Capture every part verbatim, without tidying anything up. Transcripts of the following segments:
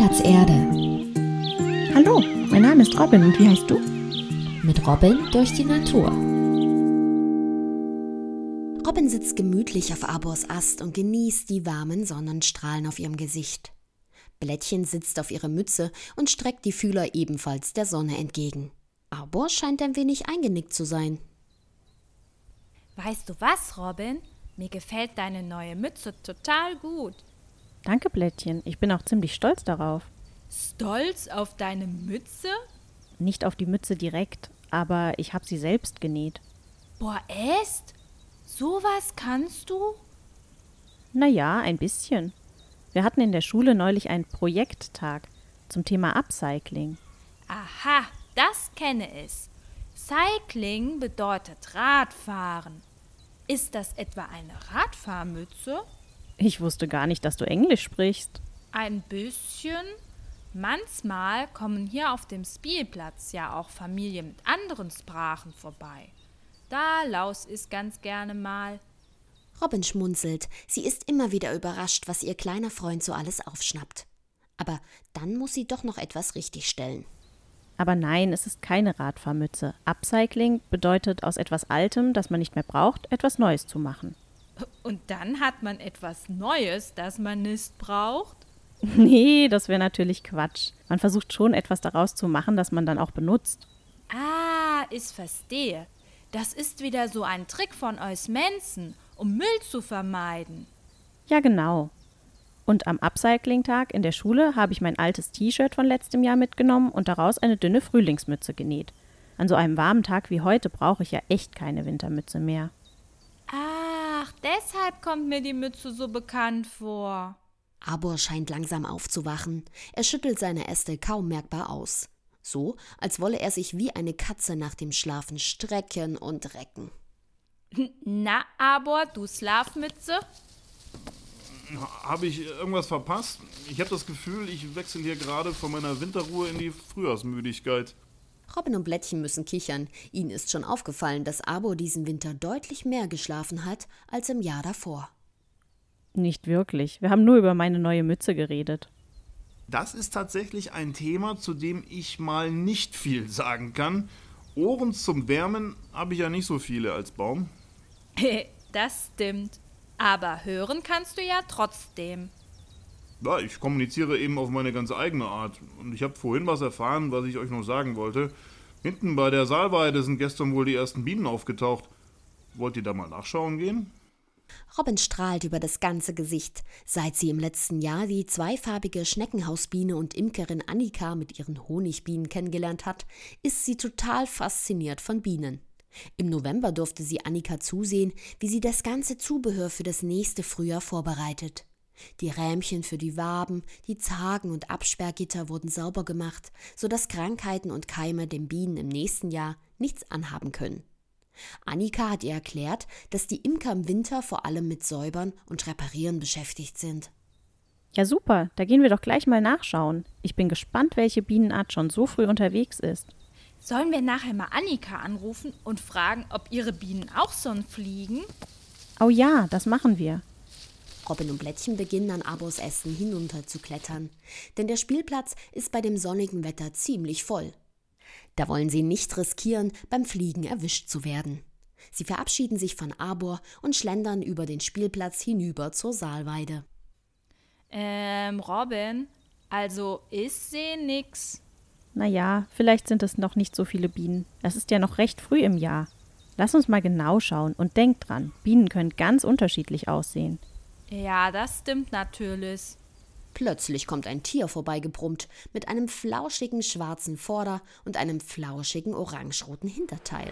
Spielplatz Erde. Hallo, mein Name ist Robin und wie heißt du? Mit Robin durch die Natur. Robin sitzt gemütlich auf Arbors Ast und genießt die warmen Sonnenstrahlen auf ihrem Gesicht. Blättchen sitzt auf ihrer Mütze und streckt die Fühler ebenfalls der Sonne entgegen. Arbor scheint ein wenig eingenickt zu sein. Weißt du was, Robin? Mir gefällt deine neue Mütze total gut. Danke, Blättchen. Ich bin auch ziemlich stolz darauf. Stolz auf deine Mütze? Nicht auf die Mütze direkt, aber ich habe sie selbst genäht. Boah, echt? Sowas kannst du? Naja, ein bisschen. Wir hatten in der Schule neulich einen Projekttag zum Thema Upcycling. Aha, das kenne ich. Cycling bedeutet Radfahren. Ist das etwa eine Radfahrmütze? Ich wusste gar nicht, dass du Englisch sprichst. Ein bisschen. Manchmal kommen hier auf dem Spielplatz ja auch Familien mit anderen Sprachen vorbei. Da laus ich ganz gerne mal. Robin schmunzelt. Sie ist immer wieder überrascht, was ihr kleiner Freund so alles aufschnappt. Aber dann muss sie doch noch etwas richtigstellen. Aber nein, es ist keine Radfahrmütze. Upcycling bedeutet, aus etwas Altem, das man nicht mehr braucht, etwas Neues zu machen. Und dann hat man etwas Neues, das man nicht braucht? Nee, das wäre natürlich Quatsch. Man versucht schon, etwas daraus zu machen, das man dann auch benutzt. Ah, ich verstehe. Das ist wieder so ein Trick von euch Menschen, um Müll zu vermeiden. Ja, genau. Und am Upcycling-Tag in der Schule habe ich mein altes T-Shirt von letztem Jahr mitgenommen und daraus eine dünne Frühlingsmütze genäht. An so einem warmen Tag wie heute brauche ich ja echt keine Wintermütze mehr. Ach, deshalb kommt mir die Mütze so bekannt vor. Arbor scheint langsam aufzuwachen. Er schüttelt seine Äste kaum merkbar aus. So, als wolle er sich wie eine Katze nach dem Schlafen strecken und recken. Na, Arbor, du Schlafmütze? Habe ich irgendwas verpasst? Ich habe das Gefühl, ich wechsle hier gerade von meiner Winterruhe in die Frühjahrsmüdigkeit. Robin und Blättchen müssen kichern. Ihnen ist schon aufgefallen, dass Arbor diesen Winter deutlich mehr geschlafen hat als im Jahr davor. Nicht wirklich. Wir haben nur über meine neue Mütze geredet. Das ist tatsächlich ein Thema, zu dem ich mal nicht viel sagen kann. Ohren zum Wärmen habe ich ja nicht so viele als Baum. Das stimmt. Aber hören kannst du ja trotzdem. Ja, ich kommuniziere eben auf meine ganz eigene Art. Und ich habe vorhin was erfahren, was ich euch noch sagen wollte. Hinten bei der Saalweide sind gestern wohl die ersten Bienen aufgetaucht. Wollt ihr da mal nachschauen gehen? Robin strahlt über das ganze Gesicht. Seit sie im letzten Jahr die zweifarbige Schneckenhausbiene und Imkerin Annika mit ihren Honigbienen kennengelernt hat, ist sie total fasziniert von Bienen. Im November durfte sie Annika zusehen, wie sie das ganze Zubehör für das nächste Frühjahr vorbereitet. Die Rähmchen für die Waben, die Zagen und Absperrgitter wurden sauber gemacht, sodass Krankheiten und Keime den Bienen im nächsten Jahr nichts anhaben können. Annika hat ihr erklärt, dass die Imker im Winter vor allem mit Säubern und Reparieren beschäftigt sind. Ja super, da gehen wir doch gleich mal nachschauen. Ich bin gespannt, welche Bienenart schon so früh unterwegs ist. Sollen wir nachher mal Annika anrufen und fragen, ob ihre Bienen auch so fliegen? Oh ja, das machen wir. Robin und Blättchen beginnen an Arbors Ästen hinunter zu klettern, denn der Spielplatz ist bei dem sonnigen Wetter ziemlich voll. Da wollen sie nicht riskieren, beim Fliegen erwischt zu werden. Sie verabschieden sich von Arbor und schlendern über den Spielplatz hinüber zur Saalweide. Ähm, Robin, also ich sehe nix. Naja, vielleicht sind es noch nicht so viele Bienen. Es ist ja noch recht früh im Jahr. Lass uns mal genau schauen und denk dran, Bienen können ganz unterschiedlich aussehen. Ja, das stimmt natürlich. Plötzlich kommt ein Tier vorbeigebrummt mit einem flauschigen schwarzen Vorder- und einem flauschigen orangeroten Hinterteil.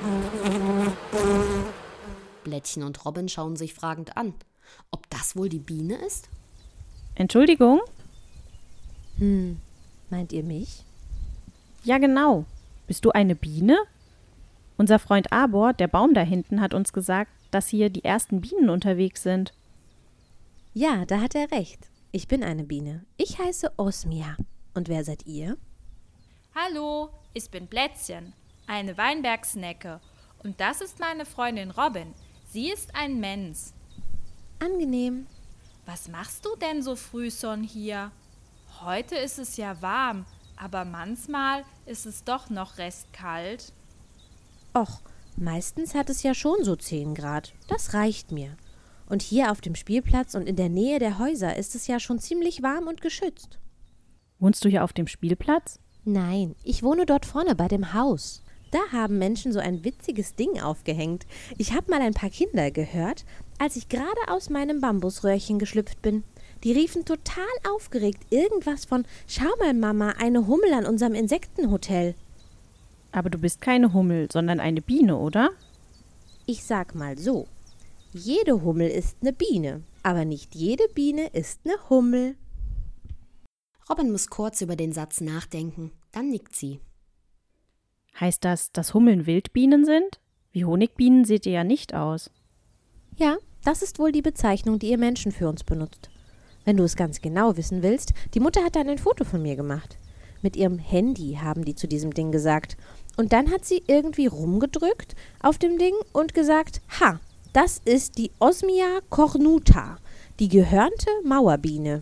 Blättchen und Robin schauen sich fragend an. Ob das wohl die Biene ist? Entschuldigung? Hm, meint ihr mich? Ja, genau. Bist du eine Biene? Unser Freund Arbor, der Baum da hinten, hat uns gesagt, dass hier die ersten Bienen unterwegs sind. Ja, da hat er recht. Ich bin eine Biene. Ich heiße Osmia. Und wer seid ihr? Hallo, ich bin Blättchen, eine Weinbergsnecke. Und das ist meine Freundin Robin. Sie ist ein Mensch. Angenehm. Was machst du denn so früh schon hier? Heute ist es ja warm, aber manchmal ist es doch noch recht kalt. Och, meistens hat es ja schon so zehn Grad. Das reicht mir. Und hier auf dem Spielplatz und in der Nähe der Häuser ist es ja schon ziemlich warm und geschützt. Wohnst du hier auf dem Spielplatz? Nein, ich wohne dort vorne bei dem Haus. Da haben Menschen so ein witziges Ding aufgehängt. Ich habe mal ein paar Kinder gehört, als ich gerade aus meinem Bambusröhrchen geschlüpft bin. Die riefen total aufgeregt irgendwas von »Schau mal, Mama, eine Hummel an unserem Insektenhotel«. Aber du bist keine Hummel, sondern eine Biene, oder? Ich sag mal so, jede Hummel ist eine Biene, aber nicht jede Biene ist eine Hummel. Robin muss kurz über den Satz nachdenken, dann nickt sie. Heißt das, dass Hummeln Wildbienen sind? Wie Honigbienen seht ihr ja nicht aus. Ja, das ist wohl die Bezeichnung, die ihr Menschen für uns benutzt. Wenn du es ganz genau wissen willst, die Mutter hat dann ein Foto von mir gemacht. Mit ihrem Handy haben die zu diesem Ding gesagt. Und dann hat sie irgendwie rumgedrückt auf dem Ding und gesagt, ha, das ist die Osmia cornuta, die gehörnte Mauerbiene.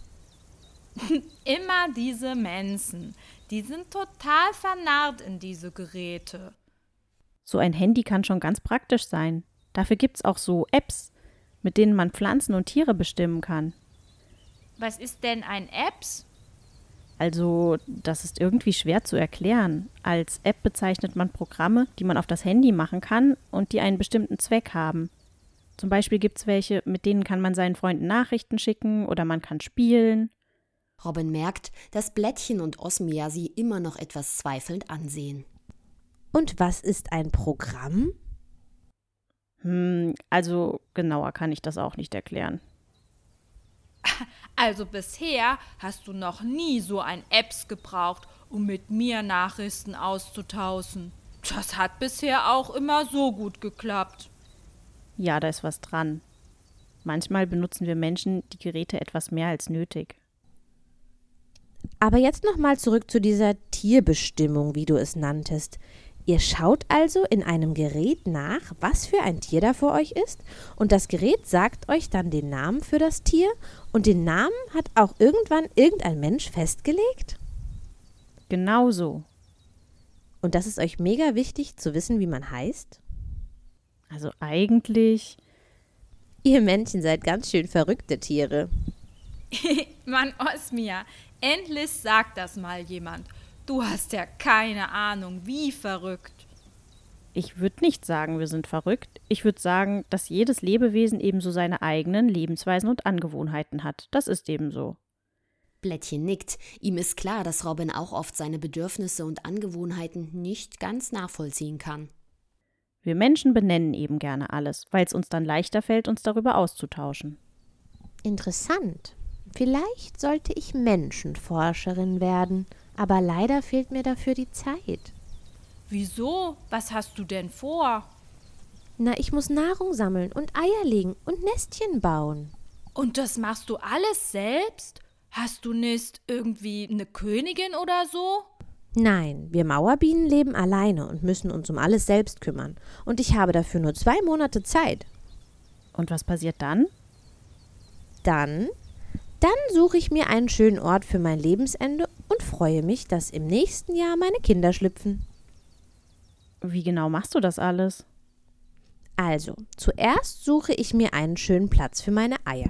Immer diese Menschen, die sind total vernarrt in diese Geräte. So ein Handy kann schon ganz praktisch sein. Dafür gibt's auch so Apps, mit denen man Pflanzen und Tiere bestimmen kann. Was ist denn ein Apps? Also, das ist irgendwie schwer zu erklären. Als App bezeichnet man Programme, die man auf das Handy machen kann und die einen bestimmten Zweck haben. Zum Beispiel gibt's welche, mit denen kann man seinen Freunden Nachrichten schicken oder man kann spielen. Robin merkt, dass Blättchen und Osmia sie immer noch etwas zweifelnd ansehen. Und was ist ein Programm? Hm, also genauer kann ich das auch nicht erklären. Also bisher hast du noch nie so ein Apps gebraucht, um mit mir Nachrichten auszutauschen. Das hat bisher auch immer so gut geklappt. Ja, da ist was dran. Manchmal benutzen wir Menschen die Geräte etwas mehr als nötig. Aber jetzt nochmal zurück zu dieser Tierbestimmung, wie du es nanntest. Ihr schaut also in einem Gerät nach, was für ein Tier da vor euch ist, und das Gerät sagt euch dann den Namen für das Tier, und den Namen hat auch irgendwann irgendein Mensch festgelegt? Genau so. Und das ist euch mega wichtig zu wissen, wie man heißt? Also eigentlich… Ihr Männchen seid ganz schön verrückte Tiere. Mann, Osmia, endlich sagt das mal jemand. Du hast ja keine Ahnung, wie verrückt. Ich würde nicht sagen, wir sind verrückt. Ich würde sagen, dass jedes Lebewesen ebenso seine eigenen Lebensweisen und Angewohnheiten hat. Das ist eben so. Blättchen nickt. Ihm ist klar, dass Robin auch oft seine Bedürfnisse und Angewohnheiten nicht ganz nachvollziehen kann. Wir Menschen benennen eben gerne alles, weil es uns dann leichter fällt, uns darüber auszutauschen. Interessant. Vielleicht sollte ich Menschenforscherin werden, aber leider fehlt mir dafür die Zeit. Wieso? Was hast du denn vor? Na, ich muss Nahrung sammeln und Eier legen und Nestchen bauen. Und das machst du alles selbst? Hast du nicht irgendwie eine Königin oder so? Nein, wir Mauerbienen leben alleine und müssen uns um alles selbst kümmern. Und ich habe dafür nur zwei Monate Zeit. Und was passiert dann? Dann, dann suche ich mir einen schönen Ort für mein Lebensende und freue mich, dass im nächsten Jahr meine Kinder schlüpfen. Wie genau machst du das alles? Also, zuerst suche ich mir einen schönen Platz für meine Eier.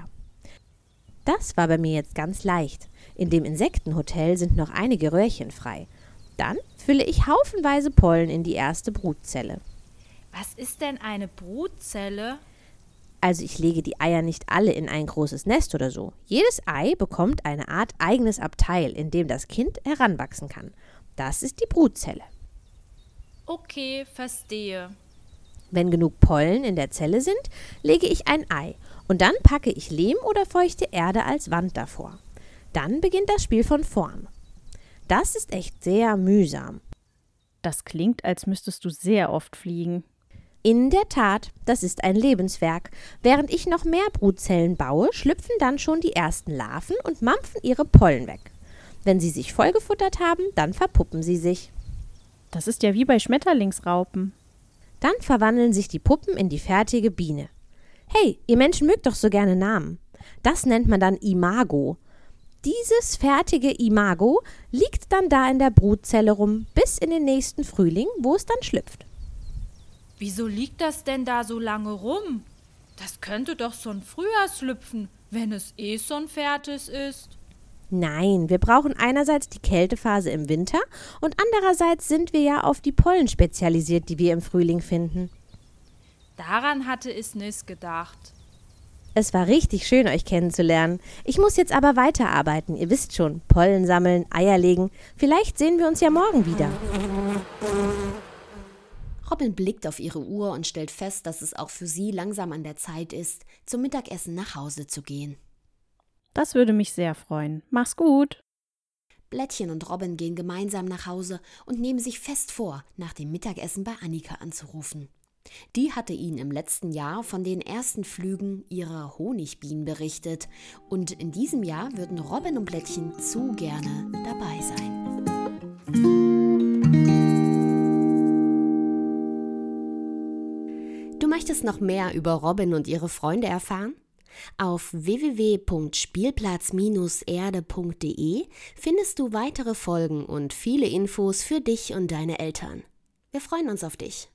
Das war bei mir jetzt ganz leicht. In dem Insektenhotel sind noch einige Röhrchen frei. Dann fülle ich haufenweise Pollen in die erste Brutzelle. Was ist denn eine Brutzelle? Also ich lege die Eier nicht alle in ein großes Nest oder so. Jedes Ei bekommt eine Art eigenes Abteil, in dem das Kind heranwachsen kann. Das ist die Brutzelle. Okay, verstehe. Wenn genug Pollen in der Zelle sind, lege ich ein Ei und dann packe ich Lehm oder feuchte Erde als Wand davor. Dann beginnt das Spiel von vorn. Das ist echt sehr mühsam. Das klingt, als müsstest du sehr oft fliegen. In der Tat, das ist ein Lebenswerk. Während ich noch mehr Brutzellen baue, schlüpfen dann schon die ersten Larven und mampfen ihre Pollen weg. Wenn sie sich vollgefuttert haben, dann verpuppen sie sich. Das ist ja wie bei Schmetterlingsraupen. Dann verwandeln sich die Puppen in die fertige Biene. Hey, ihr Menschen mögt doch so gerne Namen. Das nennt man dann Imago. dieses fertige Imago liegt dann da in der Brutzelle rum, bis in den nächsten Frühling, wo es dann schlüpft. Wieso liegt das denn da so lange rum? Das könnte doch schon früher schlüpfen, wenn es eh schon fertig ist. Nein, wir brauchen einerseits die Kältephase im Winter und andererseits sind wir ja auf die Pollen spezialisiert, die wir im Frühling finden. Daran hatte ich nicht gedacht. Es war richtig schön, euch kennenzulernen. Ich muss jetzt aber weiterarbeiten. Ihr wisst schon, Pollen sammeln, Eier legen. Vielleicht sehen wir uns ja morgen wieder. Robin blickt auf ihre Uhr und stellt fest, dass es auch für sie langsam an der Zeit ist, zum Mittagessen nach Hause zu gehen. Das würde mich sehr freuen. Mach's gut. Blättchen und Robin gehen gemeinsam nach Hause und nehmen sich fest vor, nach dem Mittagessen bei Annika anzurufen. Die hatte ihnen im letzten Jahr von den ersten Flügen ihrer Honigbienen berichtet und in diesem Jahr würden Robin und Blättchen zu gerne dabei sein. Du möchtest noch mehr über Robin und ihre Freunde erfahren? Auf w w w punkt spielplatz Bindestrich erde punkt d e findest du weitere Folgen und viele Infos für dich und deine Eltern. Wir freuen uns auf dich.